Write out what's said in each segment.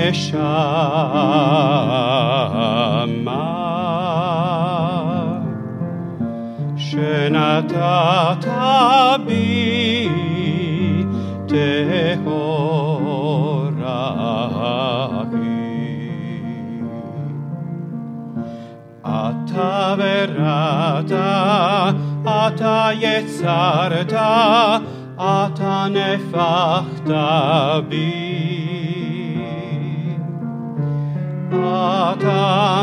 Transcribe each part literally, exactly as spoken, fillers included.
נשמה שנתת בי טהורה היא. אתה בראת, אתה יצרת, אתה נפחת בי. אתה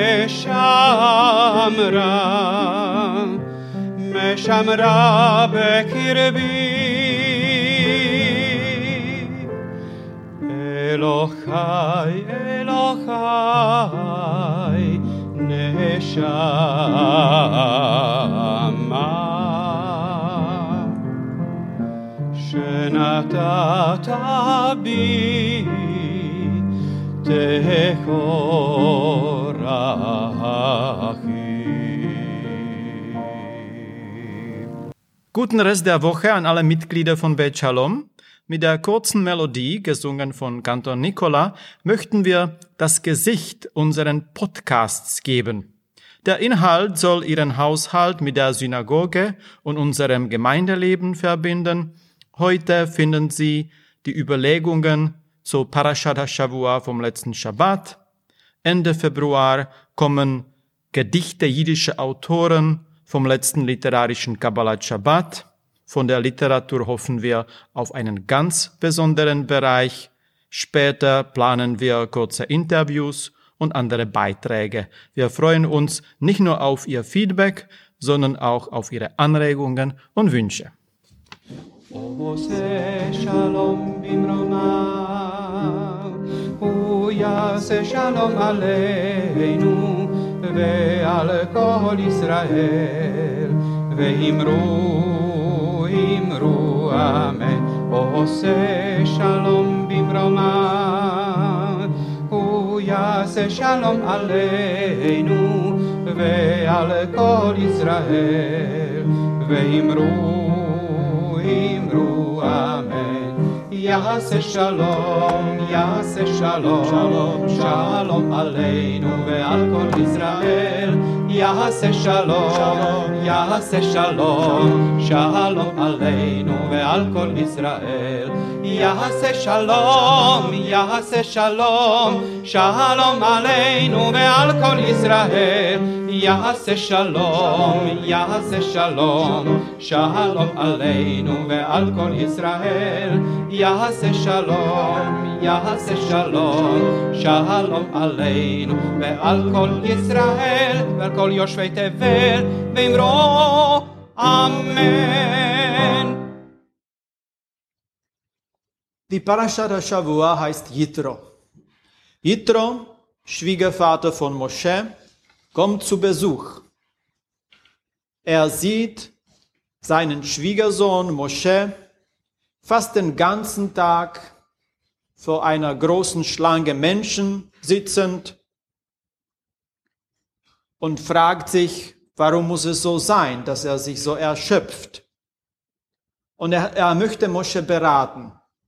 משמרה, משמרה בקרבי. אלוהי, אלוהי, נשמה שנתת בי טהורה היא. Guten Rest der Woche an alle Mitglieder von Beit Shalom. Mit der kurzen Melodie, gesungen von Kantor Nicola, möchten wir das Gesicht unseren Podcasts geben. Der Inhalt soll Ihren Haushalt mit der Synagoge und unserem Gemeindeleben verbinden. Heute finden Sie die Überlegungen zur Parashat HaShavua vom letzten Schabbat. Ende Februar kommen Gedichte jüdischer Autoren vom letzten literarischen Kabbalat Shabbat. Von der Literatur hoffen wir auf einen ganz besonderen Bereich. Später planen wir kurze Interviews und andere Beiträge. Wir freuen uns nicht nur auf Ihr Feedback, sondern auch auf Ihre Anregungen und Wünsche. יעשה שלום עלינו ועל כל ישראל ואמרו אמרו אמן. עושה שלום במרומיו הוא יעשה שלום עלינו ועל כל ישראל ואמרו אמרו אמן. יעשה שלום, יעשה שלום, שלום, שלום עלינו ועל כל ישראל. יעשה שלום, יעשה שלום, שלום עלינו ועל כל ישראל. יעשה שלום, יעשה שלום, שלום עלינו ועל כל ישראל. יעשה שלום, יעשה שלום, שלום עלינו ועל כל ישראל. יעשה שלום, יעשה שלום, שלום עלינו ועל כל ישראל ועל כל יושבי תבל ואמרו אמן. Die Parashat HaShavua heißt Yitro. Yitro, Schwiegervater von Moshe, kommt zu Besuch. Er sieht seinen Schwiegersohn Moshe fast den ganzen Tag vor einer großen Schlange Menschen sitzend und fragt sich, warum muss es so sein, dass er sich so erschöpft. Und er, er möchte Moshe beraten.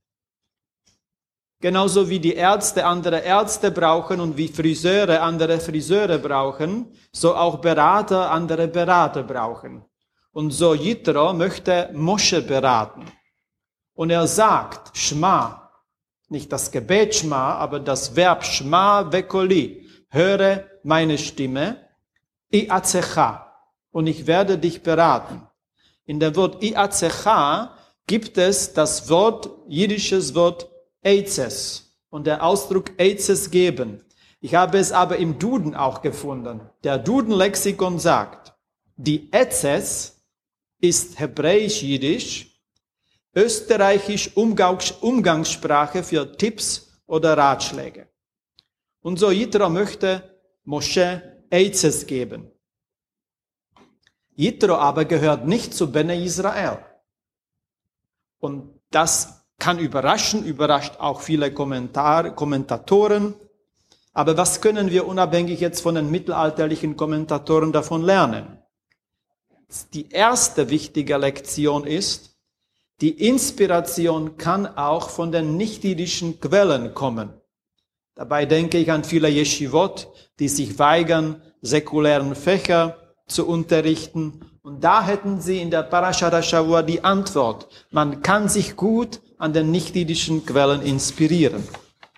Genauso wie die Ärzte andere Ärzte brauchen und wie Friseure andere Friseure brauchen, so auch Berater andere Berater brauchen. Und so Yitro möchte Moshe beraten. Und er sagt, Shma, nicht das Gebet Shma, aber das Verb Shma vekoli, höre meine Stimme, I'atzecha, und ich werde dich beraten. In dem Wort I'atzecha gibt es das Wort, jiddisches Wort Eitzes und der Ausdruck Eitzes geben. Ich habe es aber im Duden auch gefunden. Der Duden-Lexikon sagt, die Eitzes ist hebräisch-jiddisch, österreichisch Umgangs- Umgangssprache für Tipps oder Ratschläge. Und so Yitro möchte Moshe Eitzes geben. Yitro aber gehört nicht zu Bene Israel. Und das kann überraschen, überrascht auch viele Kommentar, Kommentatoren. Aber was können wir unabhängig jetzt von den mittelalterlichen Kommentatoren davon lernen? Die erste wichtige Lektion ist, die Inspiration kann auch von den nicht-jüdischen Quellen kommen. Dabei denke ich an viele Yeshivot, die sich weigern, säkulären Fächer zu unterrichten. Und da hätten sie in der Parashat HaShavua die Antwort. Man kann sich gut an den nichtjüdischen Quellen inspirieren.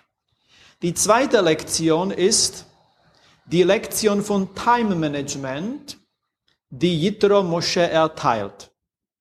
Die zweite Lektion ist die Lektion von Time Management, die Jitro Moshe erteilt.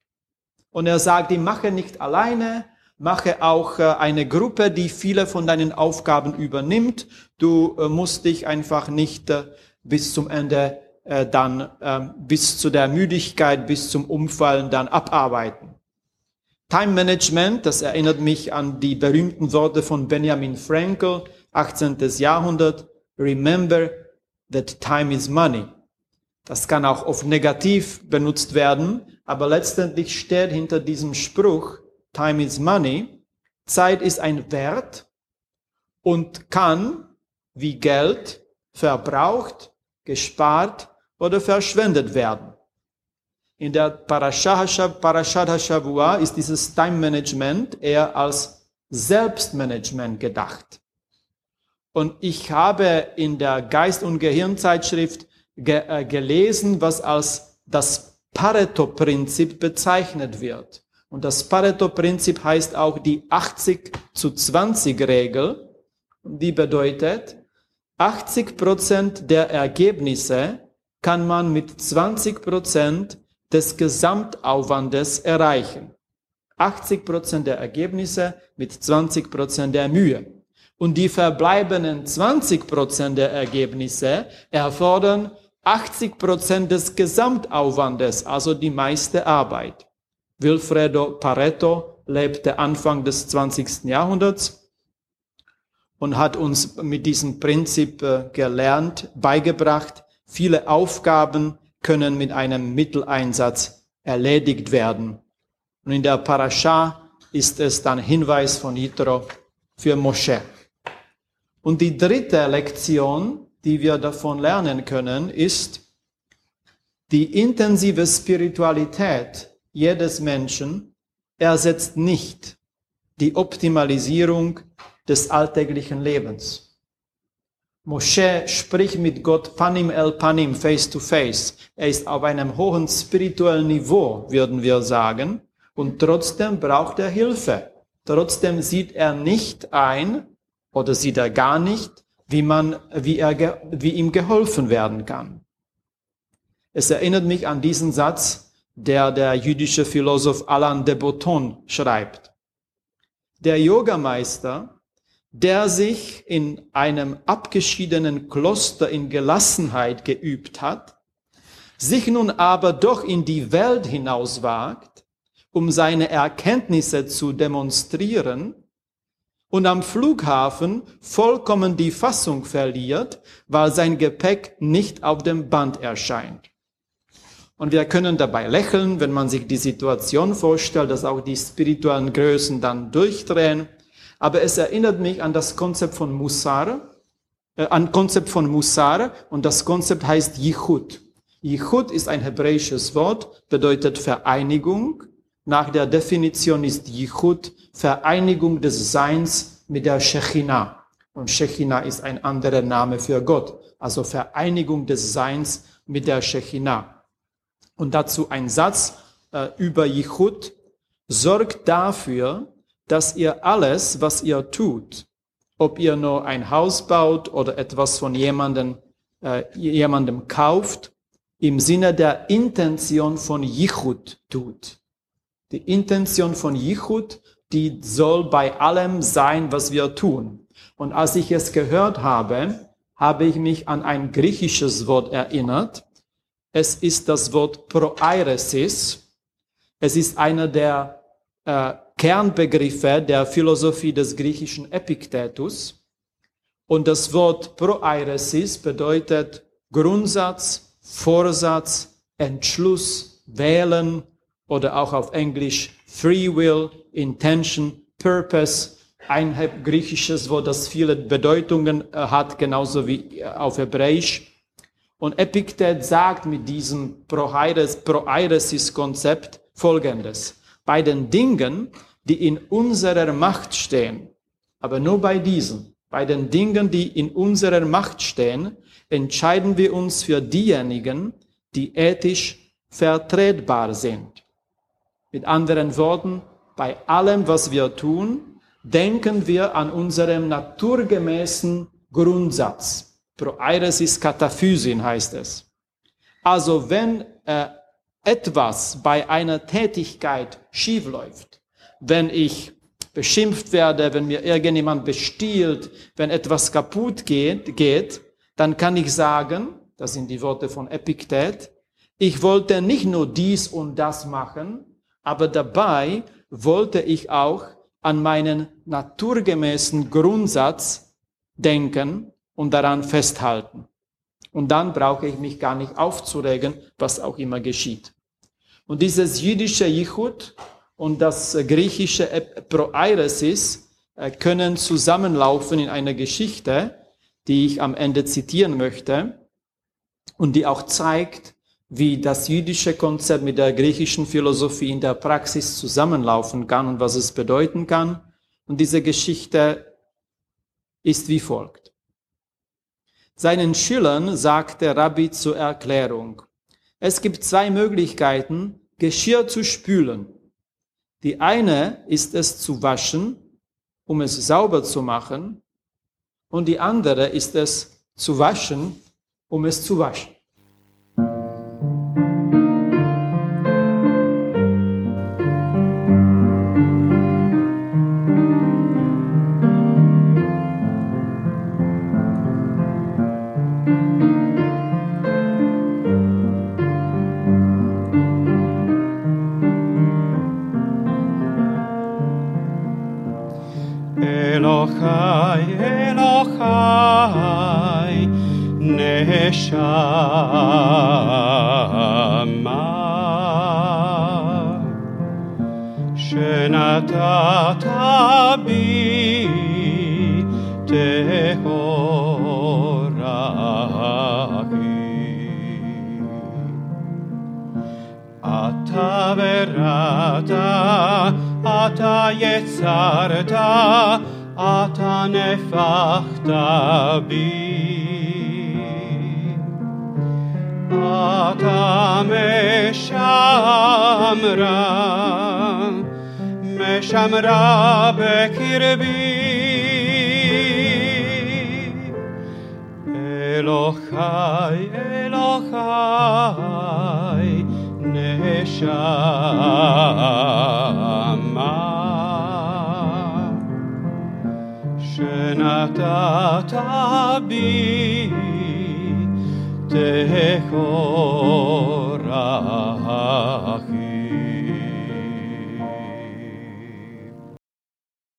Und er sagt, die mache nicht alleine, mache auch eine Gruppe, die viele von deinen Aufgaben übernimmt. Du musst dich einfach nicht bis zum Ende dann, bis zu der Müdigkeit, bis zum Umfallen dann abarbeiten. Time Management, das erinnert mich an die berühmten Worte von Benjamin Frankel, achtzehnten Jahrhundert. Remember that time is money. Das kann auch oft negativ benutzt werden, aber letztendlich steht hinter diesem Spruch, Time is money, Zeit ist ein Wert und kann, wie Geld, verbraucht, gespart oder verschwendet werden. In der Parashat HaShavua ist dieses Time Management eher als Selbstmanagement gedacht. Und ich habe in der Geist- und Gehirnzeitschrift ge- äh, gelesen, was als das Pareto-Prinzip bezeichnet wird. Und das Pareto-Prinzip heißt auch die achtzig zu zwanzig Regel. Die bedeutet, achtzig Prozent der Ergebnisse kann man mit zwanzig Prozent des Gesamtaufwandes erreichen. achtzig Prozent der Ergebnisse mit zwanzig Prozent der Mühe. Und die verbleibenden zwanzig Prozent der Ergebnisse erfordern achtzig Prozent des Gesamtaufwandes, also die meiste Arbeit. Vilfredo Pareto lebte Anfang des zwanzigsten Jahrhunderts und hat uns mit diesem Prinzip gelernt, beigebracht, viele Aufgaben können mit einem Mitteleinsatz erledigt werden. Und in der Parascha ist es dann Hinweis von Jitro für Moshe. Und die dritte Lektion, die wir davon lernen können, ist, die intensive Spiritualität jedes Menschen ersetzt nicht die Optimalisierung des alltäglichen Lebens. Moshe spricht mit Gott Panim el Panim, face to face. Er ist auf einem hohen spirituellen Niveau, würden wir sagen, und trotzdem braucht er Hilfe. Trotzdem sieht er nicht ein, oder sieht er gar nicht, wie man, wie er, wie ihm geholfen werden kann. Es erinnert mich an diesen Satz, der der jüdische Philosoph Alain de Botton schreibt. Der Yogameister, der sich in einem abgeschiedenen Kloster in Gelassenheit geübt hat, sich nun aber doch in die Welt hinauswagt, um seine Erkenntnisse zu demonstrieren, und am Flughafen vollkommen die Fassung verliert, weil sein Gepäck nicht auf dem Band erscheint. Und wir können dabei lächeln, wenn man sich die Situation vorstellt, dass auch die spirituellen Größen dann durchdrehen. Aber es erinnert mich an das Konzept von Musar, äh, an Konzept von Musar, und das Konzept heißt Yichud. Yichud ist ein hebräisches Wort, bedeutet Vereinigung. Nach der Definition ist Yichud Vereinigung des Seins mit der Shechinah. Und Shechinah ist ein anderer Name für Gott. Also Vereinigung des Seins mit der Shechinah. Und dazu ein Satz äh, über Yichud. Sorgt dafür, dass ihr alles, was ihr tut, ob ihr nur ein Haus baut oder etwas von jemandem, äh, jemandem kauft, im Sinne der Intention von Yichud tut. Die Intention von Yichud, die soll bei allem sein, was wir tun. Und als ich es gehört habe, habe ich mich an ein griechisches Wort erinnert. Es ist das Wort Proairesis. Es ist einer der äh, Kernbegriffe der Philosophie des griechischen Epiktetus. Und das Wort Proairesis bedeutet Grundsatz, Vorsatz, Entschluss, Wählen, oder auch auf Englisch Free Will, Intention, Purpose, ein griechisches Wort, das viele Bedeutungen hat, genauso wie auf Hebräisch. Und Epiktet sagt mit diesem Proairesis-Konzept Folgendes. Bei den Dingen, die in unserer Macht stehen, aber nur bei diesen, Bei den Dingen, die in unserer Macht stehen, entscheiden wir uns für diejenigen, die ethisch vertretbar sind. Mit anderen Worten, bei allem, was wir tun, denken wir an unserem naturgemäßen Grundsatz. Proairesis kataphysin heißt es. Also wenn äh, etwas bei einer Tätigkeit schiefläuft, wenn ich beschimpft werde, wenn mir irgendjemand bestiehlt, wenn etwas kaputt geht, geht, dann kann ich sagen, das sind die Worte von Epiktet, ich wollte nicht nur dies und das machen, aber dabei wollte ich auch an meinen naturgemäßen Grundsatz denken und daran festhalten. Und dann brauche ich mich gar nicht aufzuregen, was auch immer geschieht. Und dieses jüdische Yichud und das griechische Proairesis können zusammenlaufen in einer Geschichte, die ich am Ende zitieren möchte und die auch zeigt, wie das jüdische Konzept mit der griechischen Philosophie in der Praxis zusammenlaufen kann und was es bedeuten kann. Und diese Geschichte ist wie folgt. Seinen Schülern sagt der Rabbi zur Erklärung, es gibt zwei Möglichkeiten, Geschirr zu spülen. Die eine ist es zu waschen, um es sauber zu machen, und die andere ist es zu waschen, um es zu waschen. Elochai, Elochai, Neshama, Shenatata bi Tehorahi, Ata verata, Ata yetzarta, Ata nefachta bi, Ata meshamra, meshamra bekirbi, Elochai, Elochai, Neshama. Shenatata bi Tehorahi.